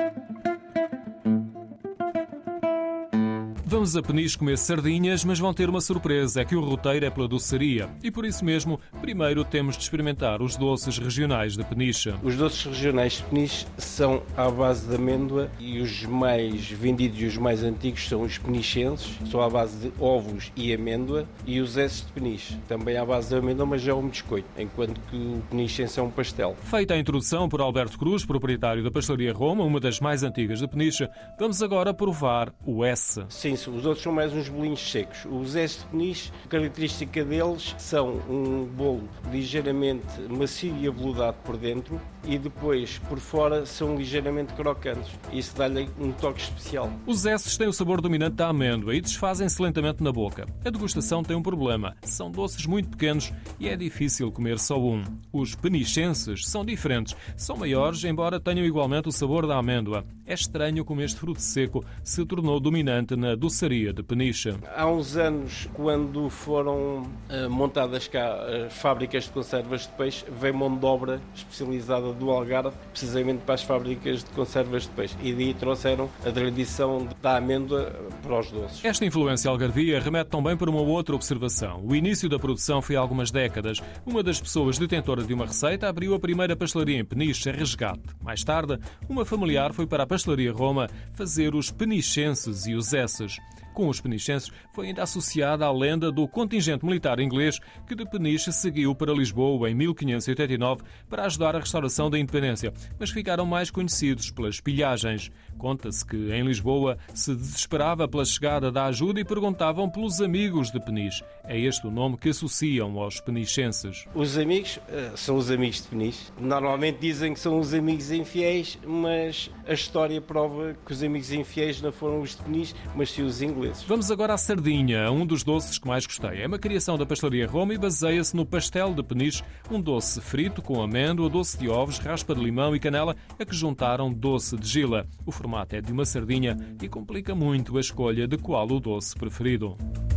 Vamos a Peniche comer sardinhas, mas vão ter uma surpresa, é que o roteiro é pela doçaria. E por isso mesmo, primeiro temos de experimentar os doces regionais de Peniche. Os doces regionais de Peniche são à base de amêndoa e os mais vendidos e os mais antigos são os penichenses, são à base de ovos e amêndoa, e os esses de Peniche, também à base de amêndoa, mas já é um biscoito, enquanto que o penichense é um pastel. Feita a introdução por Alberto Cruz, proprietário da Pastelaria Roma, uma das mais antigas de Peniche, vamos agora provar o S. Sim, os outros são mais uns bolinhos secos. Os S de Peniche, a característica deles são um bolo ligeiramente macio e aveludado por dentro e depois por fora são ligeiramente crocantes. Isso dá-lhe um toque especial. Os S têm o sabor dominante da amêndoa e desfazem-se lentamente na boca. A degustação tem um problema. São doces muito pequenos e é difícil comer só um. Os penichenses são diferentes. São maiores, embora tenham igualmente o sabor da amêndoa. É estranho como este fruto seco se tornou dominante na doçaria de Peniche. Há uns anos, quando foram montadas cá as fábricas de conservas de peixe, veio mão de obra especializada do Algarve, precisamente para as fábricas de conservas de peixe. E daí trouxeram a tradição da amêndoa para os doces. Esta influência algarvia remete também para uma outra observação. O início da produção foi há algumas décadas. Uma das pessoas detentora de uma receita abriu a primeira pastelaria em Peniche, a Resgate. Mais tarde, uma familiar foi para a Pastelaria Roma fazer os penichenses e os esses. Com os penichenses foi ainda associada a lenda do contingente militar inglês que de Peniche seguiu para Lisboa em 1589 para ajudar a restauração da independência, mas ficaram mais conhecidos pelas pilhagens. Conta-se que em Lisboa se desesperava pela chegada da ajuda e perguntavam pelos amigos de Peniche. É este o nome que associam aos penichenses. Os amigos são os amigos de Peniche. Normalmente dizem que são os amigos infiéis, mas a história prova que os amigos infiéis não foram os de Peniche, mas sim os ingleses. Vamos agora à sardinha, um dos doces que mais gostei. É uma criação da Pastelaria Roma e baseia-se no pastel de Peniche, um doce frito com amêndoa, doce de ovos, raspa de limão e canela, a que juntaram doce de gila. O formato é de uma sardinha e complica muito a escolha de qual o doce preferido.